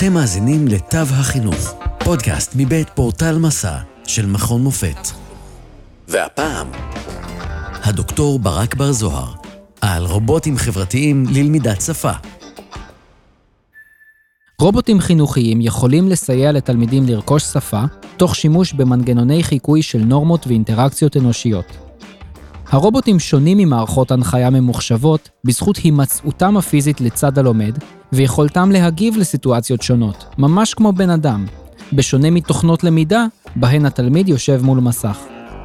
אתם מאזינים לתו החינוך, פודקאסט מבית פורטל מסע של מכון מופת. והפעם, הדוקטור ברק בר זוהר, על רובוטים חברתיים ללמידת שפה. רובוטים חינוכיים יכולים לסייע לתלמידים לרכוש שפה, תוך שימוש במנגנוני חיקוי של נורמות ואינטראקציות אנושיות. הרובוטים שונים ממערכות הנחיה ממוחשבות בזכות הימצאותם הפיזית לצד הלומד, ויכולתם להגיב לסיטואציות שונות, ממש כמו בן אדם, בשונה מתוכנות למידה, בהן התלמיד יושב מול מסך.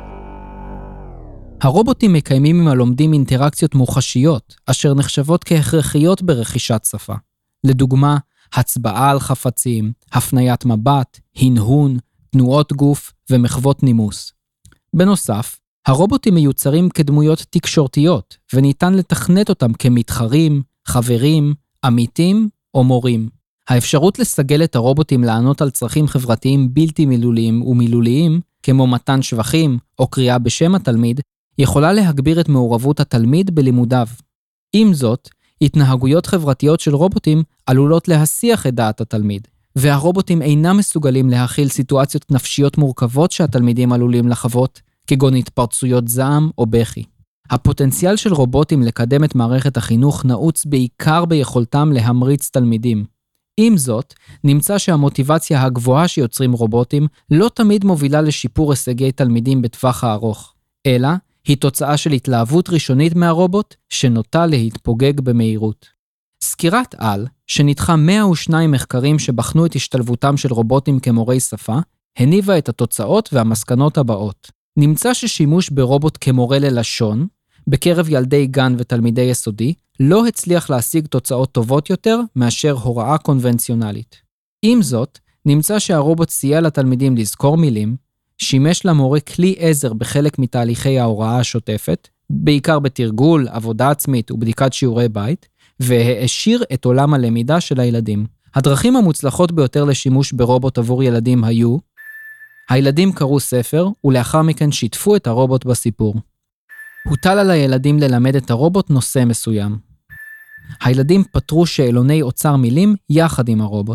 הרובוטים מקיימים עם הלומדים אינטראקציות מוחשיות, אשר נחשבות כהכרחיות ברכישת שפה. לדוגמה, הצבעה על חפצים, הפניית מבט, הנהון, תנועות גוף ומחוות נימוס. בנוסף, הרובוטים מיוצרים כדמויות תקשורתיות, וניתן לתכנת אותם כמתחרים, חברים, עמיתים או מורים. האפשרות לסגל את הרובוטים לענות על צרכים חברתיים בלתי מילוליים ומילוליים, כמו מתן שבחים או קריאה בשם התלמיד, יכולה להגביר את מעורבות התלמיד בלימודיו. עם זאת, התנהגויות חברתיות של רובוטים עלולות להסיח את דעת התלמיד, והרובוטים אינם מסוגלים להכיל סיטואציות נפשיות מורכבות שהתלמידים עלולים לחוות, כגון התפרצויות זעם או בכי. הפוטנציאל של רובוטים לקדם את מערכת החינוך נעוץ בעיקר ביכולתם להמריץ תלמידים. עם זאת, נמצא שהמוטיבציה הגבוהה שיוצרים רובוטים לא תמיד מובילה לשיפור הישגי תלמידים בטווח הארוך, אלא היא תוצאה של התלהבות ראשונית מהרובוט שנוטה להתפוגג במהירות. סקירת על, שניתחה 102 מחקרים שבחנו את השתלבותם של רובוטים כמורי שפה, הניבה את התוצאות והמסקנות הבאות. נמצא ששימוש ברובוט כמורה ללשון, בקרב ילדי גן ותלמידי יסודי, לא הצליח להשיג תוצאות טובות יותר מאשר הוראה קונבנציונלית. עם זאת, נמצא שהרובוט סייע לתלמידים לזכור מילים, שימש למורה כלי עזר בחלק מתהליכי ההוראה השוטפת, בעיקר בתרגול, עבודה עצמית ובדיקת שיעורי בית, והעשיר את עולם הלמידה של הילדים. הדרכים המוצלחות ביותר לשימוש ברובוט עבור ילדים היו, הילדים קראו ספר ולאחר מכן שיתפו את הרובוט בסיפור. הוטל על הילדים ללמד את הרובוט נושא מסוים. הילדים פתרו שאלוני אוצר מילים יחד עם הרובוט.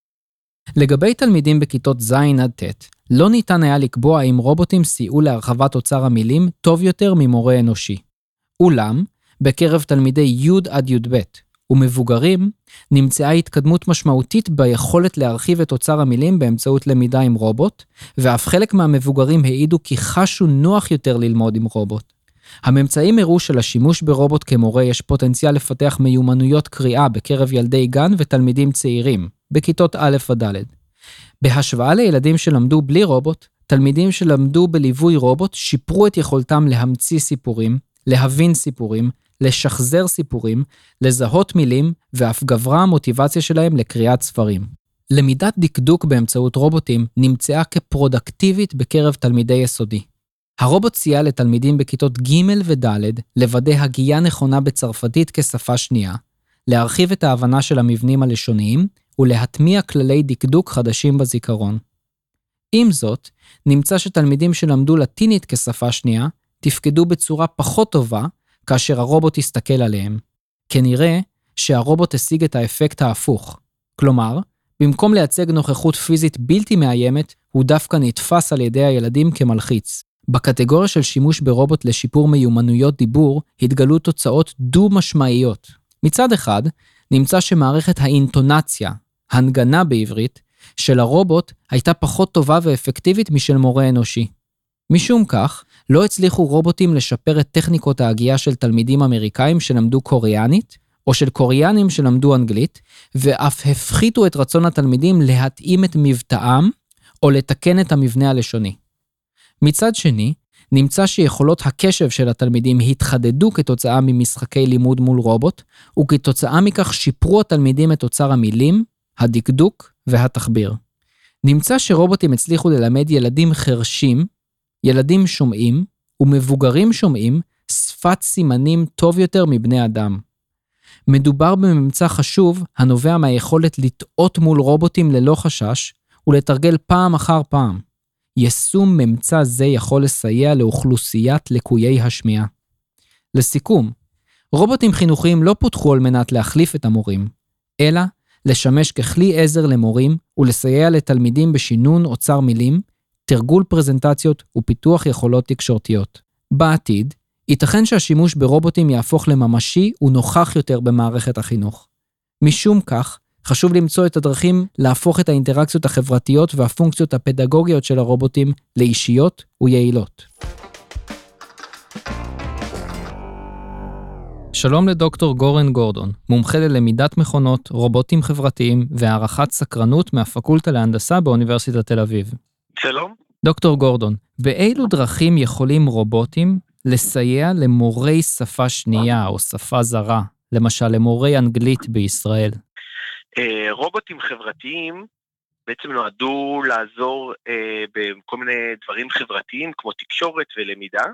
לגבי תלמידים בכיתות ז' עד ט', לא ניתן היה לקבוע אם רובוטים סייעו להרחבת אוצר המילים טוב יותר ממורה אנושי. אולם, בקרב תלמידי י' עד י"ב ומבוגרים, נמצאה התקדמות משמעותית ביכולת להרחיב את אוצר המילים באמצעות למידה עם רובוט, ואף חלק מהמבוגרים העידו כי חשו נוח יותר ללמוד עם רובוט. הממצאים הראו שלשימוש ברובוט כמורה יש פוטנציאל לפתח מיומנויות קריאה בקרב ילדי גן ותלמידים צעירים, בכיתות א' עד ד'. בהשוואה לילדים שלמדו בלי רובוט, תלמידים שלמדו בליווי רובוט שיפרו את יכולתם להמציא סיפורים, להבין סיפורים, לשחזר סיפורים, לזהות מילים, ואף גברה המוטיבציה שלהם לקריאת ספרים. למידת דקדוק באמצעות רובוטים נמצאה כפרודקטיבית בקרב תלמידי יסודי. הרובוט סייע לתלמידים בכיתות ג' וד' לוודא הגייה נכונה בצרפתית כשפה שנייה, להרחיב את ההבנה של המבנים הלשוניים ולהטמיע כללי דקדוק חדשים בזיכרון. עם זאת, נמצא שתלמידים שלמדו לטינית כשפה שנייה תפקדו בצורה פחות טובה כאשר הרובוט יסתכל עליהם. כנראה שהרובוט השיג את האפקט ההפוך. כלומר, במקום לייצג נוכחות פיזית בלתי מאיימת, הוא דווקא נתפס על ידי הילדים כמלחיץ. בקטגוריה של שימוש ברובוט לשיפור מיומנויות דיבור, התגלו תוצאות דו-משמעיות. מצד אחד, נמצא שמערכת האינטונציה, הנגנה בעברית, של הרובוט הייתה פחות טובה ואפקטיבית משל מורה אנושי. משום כך, לא הצליחו רובוטים לשפר את טכניקות ההגייה של תלמידים אמריקאים שלמדו קוריאנית, או של קוריאנים שלמדו אנגלית, ואף הפחיתו את רצון התלמידים להתאים את מבטאם, או לתקן את המבנה הלשוני. מצד שני, נמצא שיכולות הקשב של התלמידים התחדדו כתוצאה ממשחקי לימוד מול רובוט, וכתוצאה מכך שיפרו התלמידים את אוצר המילים, הדקדוק והתחביר. נמצא שרובוטים הצליחו ללמד ילדים חרשים, ילדים שומעים ומבוגרים שומעים שפת סימנים טוב יותר מבני אדם. מדובר בממצא חשוב הנובע מהיכולת לטעות מול רובוטים ללא חשש ולתרגל פעם אחר פעם. יישום ממצא זה יכול לסייע לאוכלוסיית לקויי השמיעה. לסיכום, רובוטים חינוכיים לא פותחו על מנת להחליף את המורים, אלא לשמש ככלי עזר למורים ולסייע לתלמידים בשינון אוצר מילים, תרגול פרזנטציות ופיתוח יכולות תקשורתיות. בעתיד, ייתכן שהשימוש ברובוטים יהפוך לממשי ונוכח יותר במערכת החינוך. משום כך, חשוב למצוא את הדרכים להפוך את האינטראקציות החברתיות והפונקציות הפדגוגיות של הרובוטים לאישיות ויעילות. שלום לדוקטור גורן גורדון, מומחה ללמידת מכונות, רובוטים חברתיים והערכת סקרנות מהפקולטה להנדסה באוניברסיטת תל אביב. שלום. דוקטור גורדון, באילו דרכים יכולים רובוטים לסייע למורי שפה שנייה או שפה זרה, למשל למורי אנגלית בישראל? רובוטים חברתיים בעצם נועדו לעזור בכל מיני דברים חברתיים כמו תקשורת ולמידה,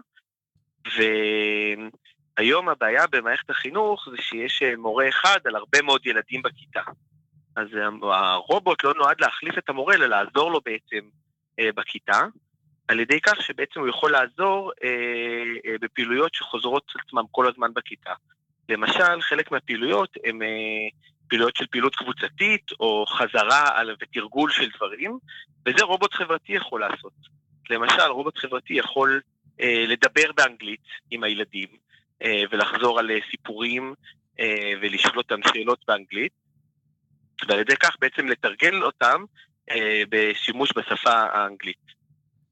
והיום הבעיה במערכת החינוך זה שיש מורה אחד על הרבה מאוד ילדים בכיתה. אז הרובוט לא נועד להחליף את המורה, אלא לעזור לו בעצם בכיתה, על ידי כך שבעצם הוא יכול לעזור בפעילויות שחוזרות עצמם כל הזמן בכיתה. למשל, חלק מהפעילויות הן פעילויות של פעילות קבוצתית, או חזרה ותרגול של דברים, וזה רובוט חברתי יכול לעשות. למשל, רובוט חברתי יכול לדבר באנגלית עם הילדים, ולחזור על סיפורים, ולשאול אותם שאלות באנגלית, ועל ידי כך בעצם לתרגל אותם בשימוש בשפה האנגלית.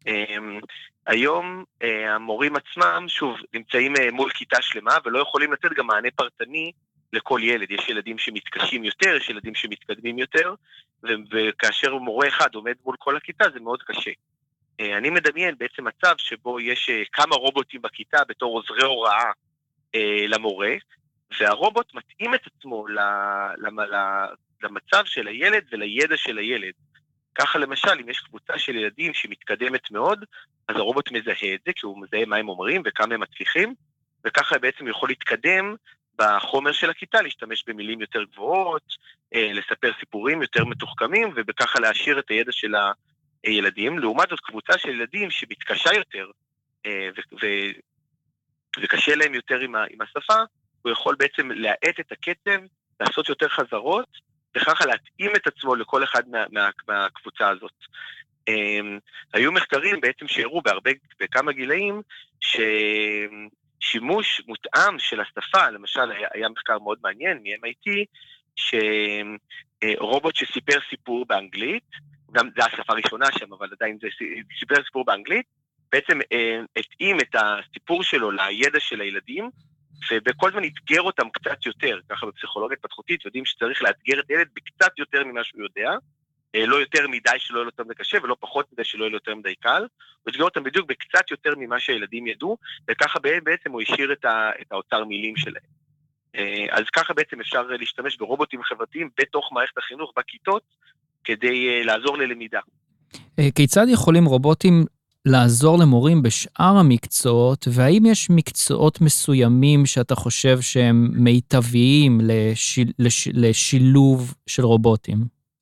היום המורים עצמם, שוב, נמצאים מול כיתה שלמה, ולא יכולים לתת גם מענה פרטני לכל ילד. יש ילדים שמתקשים יותר, יש ילדים שמתקדמים יותר, וכאשר מורה אחד עומד מול כל הכיתה, זה מאוד קשה. אני מדמיין בעצם מצב שבו יש כמה רובוטים בכיתה בתור עוזרי הוראה למורה, והרובוט מתאים את עצמו למצב של הילד ולידע של הילד. ככה למשל, אם יש קבוצה של ילדים שמתקדמת מאוד, אז הרובוט מזהה את זה, כי הוא מזהה מה הם אומרים וכמה הם מצליחים, וככה בעצם יכול להתקדם בחומר של הכיתה, להשתמש במילים יותר גבוהות, לספר סיפורים יותר מתוחכמים, ובככה להשאיר את הידע של הילדים. לעומת זאת, קבוצה של ילדים שמתקשה יותר, וקשה להם יותר עם השפה, הוא יכול בעצם להאט את הקצב, לעשות יותר חזרות, וככה להתאים את עצמו לכל אחד מהקבוצה הזאת. היו מחקרים בעצם שהראו בכמה גילאים, ששימוש מותאם של השפה, למשל היה מחקר מאוד מעניין מ-MIT, שרובוט שסיפר סיפור באנגלית, גם זה השפה הראשונה שם, אבל עדיין זה סיפר סיפור באנגלית, בעצם התאים את הסיפור שלו לידע של הילדים, ובכל זמן יתגר אותם קצת יותר, ככה בפסיכולוגיה התפתחותית, יודעים שצריך לאתגר את הילד בקצת יותר ממה שהוא יודע, לא יותר מדי שלא יהיה לו יותר קשה, ולא פחות מדי שלא יהיה לו יותר מדי קל, הוא יתגר אותם בדיוק בקצת יותר ממה שהילדים ידעו, וככה בעצם הוא השאיר את האוצר מילים שלהם. אז ככה בעצם אפשר להשתמש ברובוטים חברתיים בתוך מערכת החינוך, בכיתות, כדי לעזור ללמידה. כיצד יכולים רובוטים לעזור למורים בשאר המקצועות, והאם יש מקצועות מסוימים שאתה חושב שהם מיטביים לשילוב של רובוטים?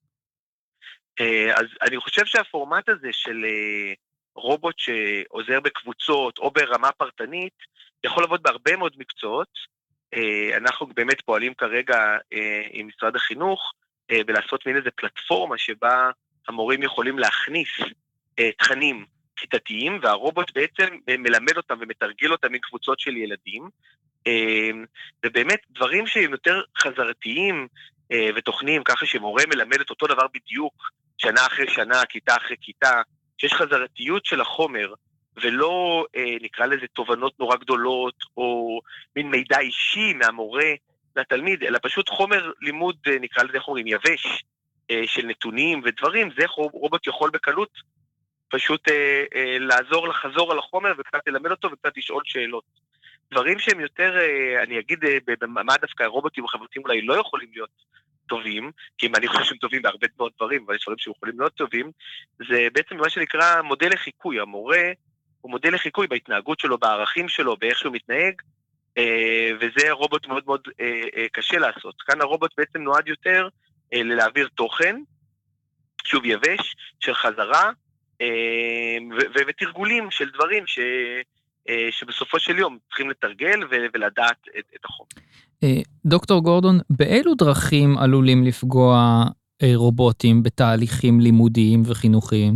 אז אני חושב שהפורמט הזה של רובוט שעוזר בקבוצות או ברמה פרטנית, יכול לעבוד בהרבה מאוד מקצועות. אנחנו באמת פועלים כרגע עם משרד החינוך, ולעשות מין איזה פלטפורמה שבה המורים יכולים להכניס תכנים כיתתיים, והרובוט בעצם מלמד אותם ומתרגל אותם עם קבוצות של ילדים, ובאמת דברים שהם יותר חזרתיים ותוכניים, ככה שמורה מלמד את אותו דבר בדיוק, שנה אחרי שנה, כיתה אחרי כיתה, שיש חזרתיות של החומר, ולא נקרא לזה תובנות נורא גדולות, או מין מידע אישי מהמורה לתלמיד, אלא פשוט חומר לימוד, נקרא לזה חומרים יבש, של נתונים ודברים, זה רובוט יכול בקלות, פשוט לעזור לחזור על החומר וקצת ללמד אותו וקצת לשאול שאלות. דברים שהם יותר, אני אגיד, מה דווקא הרובוטים החברתיים אולי לא יכולים להיות טובים, כי אני חושב שהם טובים בהרבה מאוד דברים, אבל יש דברים שהם יכולים להיות טובים, זה בעצם מה שנקרא מודל לחיקוי. המורה הוא מודל לחיקוי בהתנהגות שלו, בערכים שלו, באיך שהוא מתנהג, וזה רובוט מאוד מאוד קשה לעשות. כאן הרובוט בעצם נועד יותר להעביר תוכן, שוב יבש, של חזרה, ותרגולים של דברים שבסופו של יום צריכים לתרגל ולדעת את החומר. דוקטור גורדון, באילו דרכים עלולים לפגוע רובוטים בתהליכים לימודיים וחינוכיים?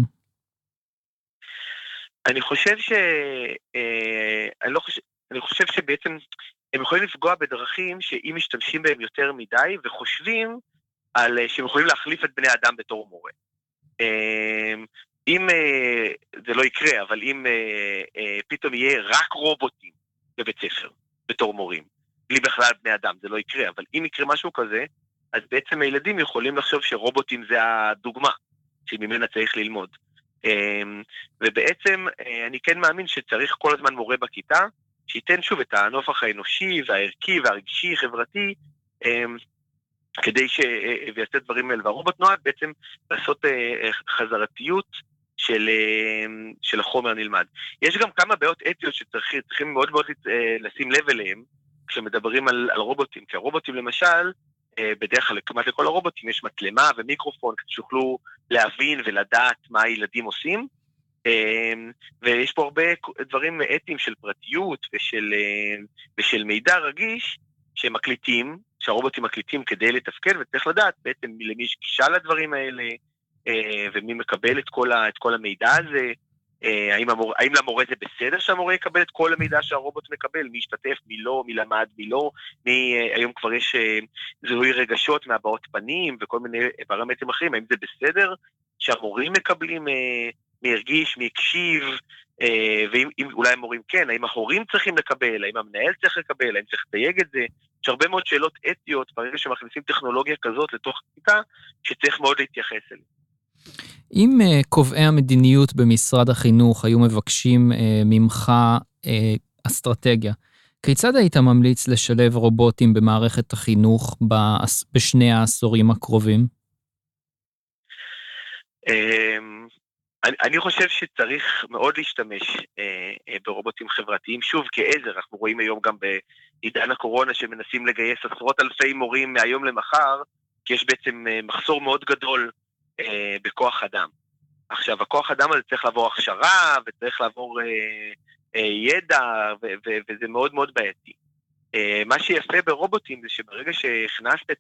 אני חושב אני חושב שבעצם הם יכולים לפגוע בדרכים שאם משתמשים בהם יותר מדי וחושבים שהם יכולים להחליף את בני אדם בתור מורה. אם זה לא יקרה, אבל אם פתאום יהיה רק רובוטים בבית ספר בתור מורים, בלי בכלל בני אדם, זה לא יקרה, אבל אם יקרה משהו כזה, אז בעצם הילדים יכולים לחשוב שרובוטים זה הדוגמה שממנה צריך ללמוד. ובעצם אני כן מאמין שצריך כל הזמן מורה בכיתה, שייתן שוב את הנופח האנושי והערכי והרגשי חברתי, כדי ויעשה דברים האלה. והרובוט נועד בעצם לעשות חזרתיות של החומר נלמד. יש גם כמה בעיות אתיות שצריכים מאוד מאוד לשים לב אליהם, כשמדברים על רובוטים, כי הרובוטים למשל, בדרך כלל כמעט לכל הרובוטים יש מצלמה ומיקרופון, כדי שיוכלו להבין ולדעת מה הילדים עושים, ויש פה הרבה דברים אתיים של פרטיות ושל מידע רגיש שמקליטים, שהרובוטים מקליטים כדי לתפקד, וצריך לדעת בעצם למי יש גישה לדברים האלה, ומי מקבל את כל המידע הזה, האם למורה זה בסדר שהמורה יקבל את כל המידע שהרובוט מקבל, מי ישתתף, מי לא, מי למד, מי לא, היום כבר יש זיהוי רגשות מהבעות פנים וכל מיני פרמטרים אחרים, האם זה בסדר שהמורים מקבלים מי הרגיש, מי הקשיב, ואם אולי המורים כן, האם ההורים צריכים לקבל, האם המנהל צריך לקבל, האם צריך לתייג את זה, יש הרבה מאוד שאלות אתיות ברגע שמכניסים טכנולוגיה כזאת לתוך הכיתה, שצריך מאוד להתייחס אליה. אם קובעי המדיניות במשרד החינוך היו מבקשים ממך אסטרטגיה, כיצד היית ממליץ לשלב רובוטים במערכת החינוך בשני העשורים הקרובים? אני חושב שצריך מאוד להשתמש ברובוטים חברתיים, שוב כעזר, אנחנו רואים היום גם בעידן הקורונה שמנסים לגייס עשרות אלפי מורים מהיום למחר, כי יש בעצם מחסור מאוד גדול בכוח אדם. עכשיו, הכוח אדם הזה צריך לעבור הכשרה, וצריך לעבור ידע, וזה מאוד מאוד בעייתי. מה שיפה ברובוטים זה שברגע שהכנסת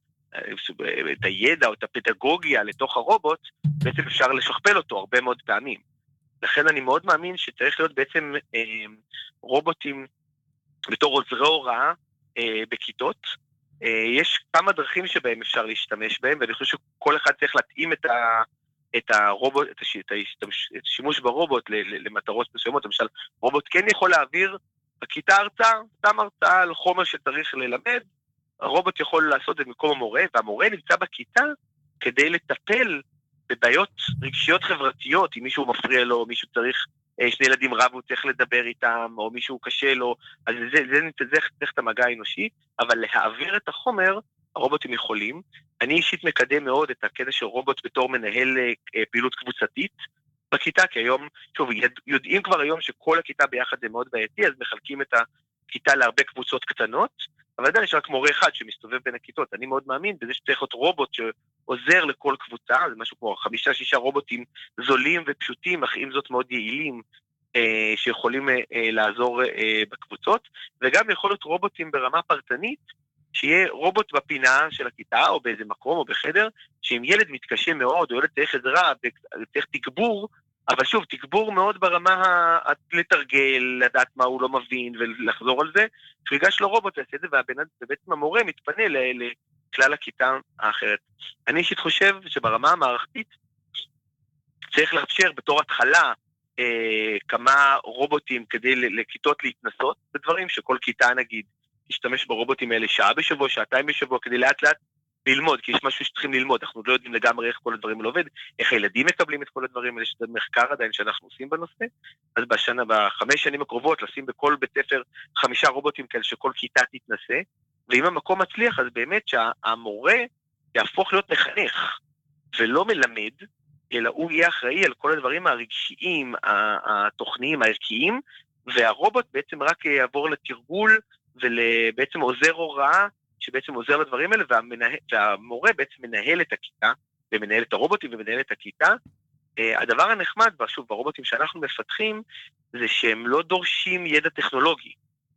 את הידע או את הפדגוגיה לתוך הרובוט, בעצם אפשר לשכפל אותו הרבה מאוד פעמים. לכן אני מאוד מאמין שצריך להיות בעצם רובוטים בתור עוזרי הוראה בכיתות. יש כמה דרכים שבהם אפשר להשתמש בהם, ואני חושב שכל אחד צריך להתאים את הרובוט, את השימוש ברובוט למטרות מסוימות. למשל, רובוט כן יכול להעביר בכיתה הרצאה, סתם הרצאה על חומר שצריך ללמד, הרובוט יכול לעשות את במקום המורה, והמורה נמצא בכיתה כדי לטפל בבעיות רגשיות חברתיות, אם מישהו מפריע לו, מישהו צריך, שני ילדים רבו, צריך לדבר איתם, או מישהו קשה לו, אז זה צריך את המגע האנושי, אבל להעביר את החומר, הרובוטים יכולים. אני אישית מקדם מאוד את הקטע של רובוט בתור מנהל פעילות קבוצתית בכיתה, כי היום, שוב, יודעים כבר היום שכל הכיתה ביחד זה מאוד בעייתי, אז מחלקים את הכיתה להרבה קבוצות קטנות, אבל עדיין יש רק מורה אחד שמסתובב בין הכיתות. אני מאוד מאמין בזה שצריך להיות רובוט שעוזר לכל קבוצה, זה משהו כמו 5-6 רובוטים זולים ופשוטים, אך עם זאת מאוד יעילים, שיכולים לעזור בקבוצות, וגם יכול להיות רובוטים ברמה פרטנית, שיהיה רובוט בפינה של הכיתה, או באיזה מקום, או בחדר, שאם ילד מתקשה מאוד, או ילד צריך עזרה, צריך תגבור, אבל שוב, תגבור מאוד ברמה לתרגל, לדעת מה הוא לא מבין, ולחזור על זה, שיגש לרובוט לעשות את זה, ובעצם המורה מתפנה לכלל הכיתה האחרת. אני אישית חושב שברמה המערכתית, צריך לאפשר בתור התחלה, כמה רובוטים כדי לכיתות להתנסות, בדברים שכל כיתה נגיד, תשתמש ברובוטים האלה שעה בשבוע, שעתיים בשבוע, כדי לאט לאט ללמוד, כי יש משהו שצריכים ללמוד, אנחנו לא יודעים לגמרי איך כל הדברים לא עובד, איך הילדים מקבלים את כל הדברים האלה, שזה מחקר עדיין שאנחנו עושים בנושא, אז ב5 שנים הקרובות, לשים בכל בית ספר 5 רובוטים כאלה שכל כיתה תתנסה, ואם המקום מצליח, אז באמת שהמורה יהפוך להיות מחנך, ולא מלמד, אלא הוא יהיה אחראי על כל הדברים הרגשיים, התוכניים, הערכיים, והרובוט בעצם רק יעבור לתרגול, ובעצם עוזר הוראה, שבעצם עוזר לדברים האלה, והמורה בעצם מנהל את הכיתה, ומנהל את הרובוטים ומנהל את הכיתה. הדבר הנחמד, ושוב, ברובוטים שאנחנו מפתחים, זה שהם לא דורשים ידע טכנולוגי.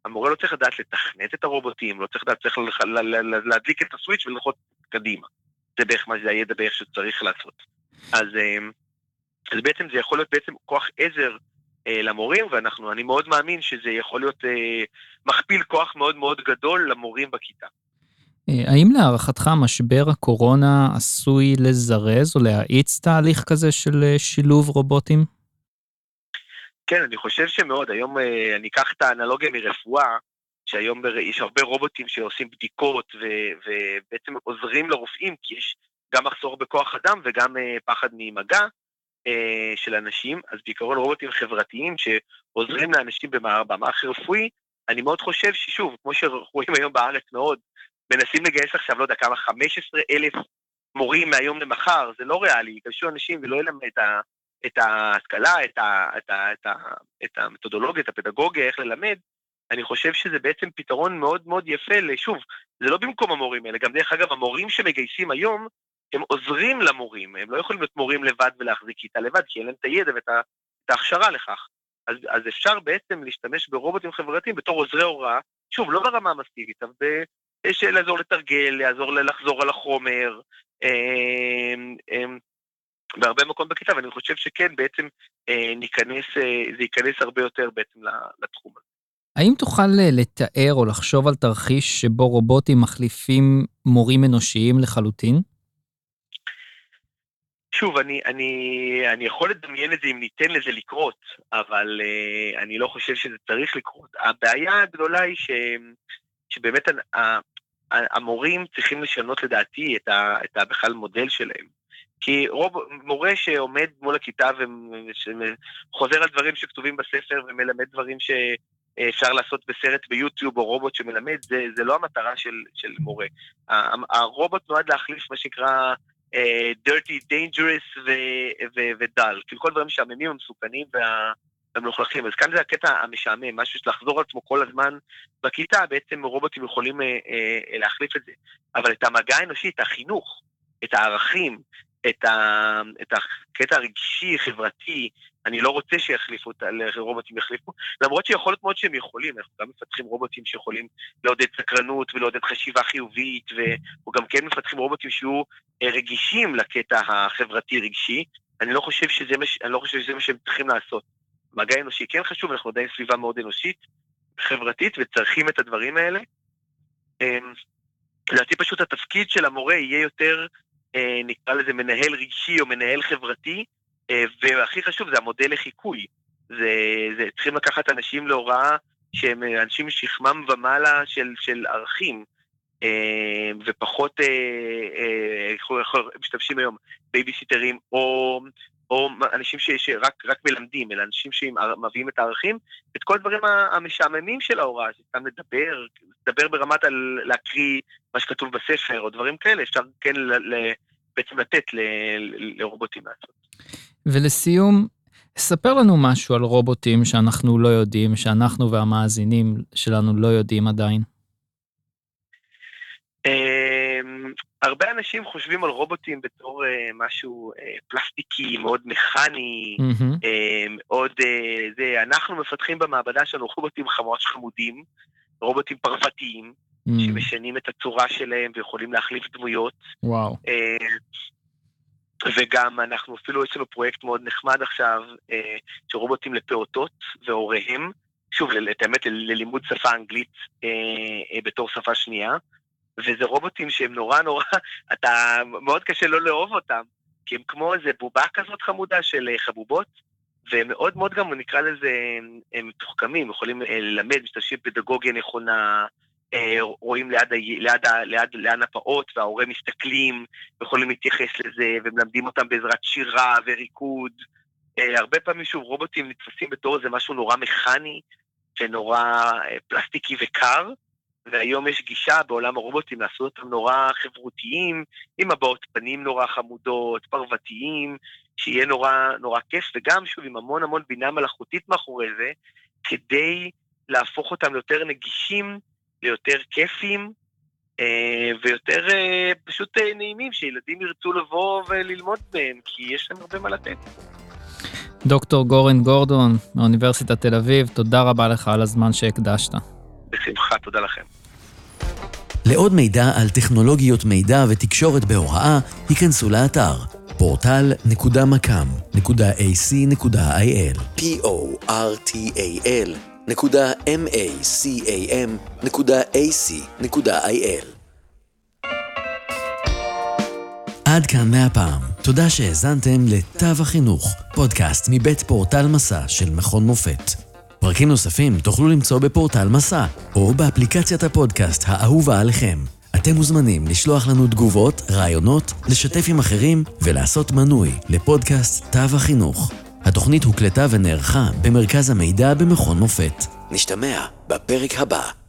המורה לא צריך לדעת לתכנת את הרובוטים, לא צריך לדעת, צריך להדליק את הסוויץ' וללכות קדימה. זה בערך מה זה הידע בערך שצריך לעשות. אז בעצם זה יכול להיות בעצם כוח עזר למורים, ואני מאוד מאמין שזה יכול להיות מכפיל כוח מאוד מאוד גדול למורים בכיתה. האם להערכתך משבר הקורונה עשוי לזרז או להאיץ תהליך כזה של שילוב רובוטים? כן, אני חושב שמאוד. היום אני אקח את האנלוגיה מרפואה, שהיום יש הרבה רובוטים שעושים בדיקות ובעצם עוזרים לרופאים, כי יש גם מחסור בכוח אדם וגם פחד ממגע של אנשים, אז בעיקרון רובוטים חברתיים שעוזרים לאנשים במערך רפואי, אני מאוד חושב ששוב, כמו שרואים היום בארץ מאוד, מנסים לגייס עכשיו, לא יודע כמה, 15,000 מורים מהיום למחר, זה לא ריאלי, ייגשו אנשים ולא ילמד את ההשכלה, את המתודולוגיה, את הפדגוגיה, איך ללמד. אני חושב שזה בעצם פתרון מאוד מאוד יפה, שוב, זה לא במקום המורים האלה, גם דרך אגב, המורים שמגייסים היום, הם עוזרים למורים, הם לא יכולים להיות מורים לבד ולהחזיק איתה לבד, כי אין להם את הידע ואת ההכשרה לכך. אז אפשר בעצם להשתמש ברובוטים חברתיים בתור עוזרי הוראה, שוב, לא ברמה המסיבית, אבל לעזור לתרגל, לעזור לחזור על החומר, בהרבה מקום בכיתה, ואני חושב שכן, בעצם זה ייכנס הרבה יותר בעצם לתחום הזה. האם תוכל לתאר או לחשוב על תרחיש שבו רובוטים מחליפים מורים אנושיים לחלוטין? שוב, אני יכול לדמיין את זה אם ניתן לזה לקרות, אבל אני לא חושב שזה צריך לקרות. הבעיה הגדולה היא שבאמת המורים צריכים לשנות לדעתי את בכלל מודל שלהם. כי מורה שעומד מול הכיתה וחוזר על דברים שכתובים בספר ומלמד דברים שאפשר לעשות בסרט ביוטיוב או רובוט שמלמד, זה לא המטרה של מורה. הרובוט נועד להחליף מה שנקרא dirty, dangerous ודל, כאילו כל דברים משעממים המסוכנים והמלוכלכים. אז כאן זה הקטע המשעמם, משהו שלחזור על עצמו כל הזמן בכיתה, בעצם רובוטים יכולים להחליף את זה. אבל את המגע האנושי, את החינוך, את הערכים, את הקטע הרגשי, חברתי, אני לא רוצה שיחליפו, רובוטים יחליפו, למרות שיכול להיות מאוד שהם יכולים, אנחנו גם מפתחים רובוטים שיכולים לעודד סקרנות ולעודד חשיבה חיובית, וגם כן מפתחים רובוטים שיהיו רגישים לקטע החברתי-רגשי, אני לא חושב שזה מה שהם צריכים לעשות. מגע אנושי כן חשוב, אנחנו עדיין סביבה מאוד אנושית, חברתית, וצריכים את הדברים האלה. לדעתי פשוט התפקיד של המורה יהיה יותר, נקרא לזה מנהל רגשי או מנהל חברתי, והכי חשוב זה המודל לחיקוי. צריכים לקחת אנשים להוראה שהם אנשים שכמם ומעלה של ערכים, ופחות משתמשים היום בייביסיטרים או אנשים שרק מלמדים, אלא אנשים שמביאים את הערכים, את כל הדברים המשעממים של ההוראה, שסתם לדבר ברמת להקריא מה שכתוב בספר, או דברים כאלה, אפשר כן בעצם לתת לרובוטים לעשות. ולסיום, ספר לנו משהו על רובוטים שאנחנו לא יודעים, שאנחנו והמאזינים שלנו לא יודעים עדיין. הרבה אנשים חושבים על רובוטים בתור משהו פלסטיקי, מאוד מכני, מאוד אנחנו מפתחים במעבדה שלנו רובוטים ממש חמודים, רובוטים פרוותיים, שמשנים את הצורה שלהם ויכולים להחליף דמויות. וואו. וגם אנחנו אפילו יש לנו פרויקט מאוד נחמד עכשיו, שרובוטים לפעוטות והוריהם, שוב, האמת ללימוד שפה אנגלית בתור שפה שנייה, וזה רובוטים שהם נורא, אתה מאוד קשה לא לאהוב אותם, כי הם כמו איזה בובה כזאת חמודה של חבובות, ומאוד מאוד גם נקרא לזה, הם מתוחכמים, יכולים ללמד, משתמשים פדגוגיה נכונה, רואים ליד הפעות, וההורים מסתכלים, ויכולים להתייחס לזה, ומלמדים אותם בעזרת שירה וריקוד. הרבה פעמים שוב רובוטים נתפסים בתור זה משהו נורא מכני, ונורא פלסטיקי וקר, והיום יש גישה בעולם הרובוטים לעשות אותם נורא חברותיים, עם הבעות פנים נורא חמודות, פרוותיים, שיהיה נורא כיף, וגם שוב עם המון המון בינה מלאכותית מאחורי זה, כדי להפוך אותם ליותר נגישים, ליותר כיפים, ויותר פשוט נעימים, שילדים ירצו לבוא וללמוד בהם, כי יש להם הרבה מה לתת. דוקטור גורן גורדון, מאוניברסיטת תל אביב, תודה רבה לך על הזמן שהקדשת. בשמחה, תודה לכם. לעוד מידע על טכנולוגיות מידע ותקשורת בהוראה, היכנסו לאתר portal.macam.ac.il portal.macam.ac.il. עד כאן מהפעם. תודה שהאזנתם לתו החינוך, פודקאסט מבית פורטל מסע של מכון מופת. פרקים נוספים תוכלו למצוא בפורטל מסע, או באפליקציית הפודקאסט האהובה עליכם. אתם מוזמנים לשלוח לנו תגובות, רעיונות, לשתף עם אחרים ולעשות מנוי לפודקאסט תו החינוך. התוכנית הוקלטה ונערכה במרכז המידע במכון מופת. נשתמע בפרק הבא.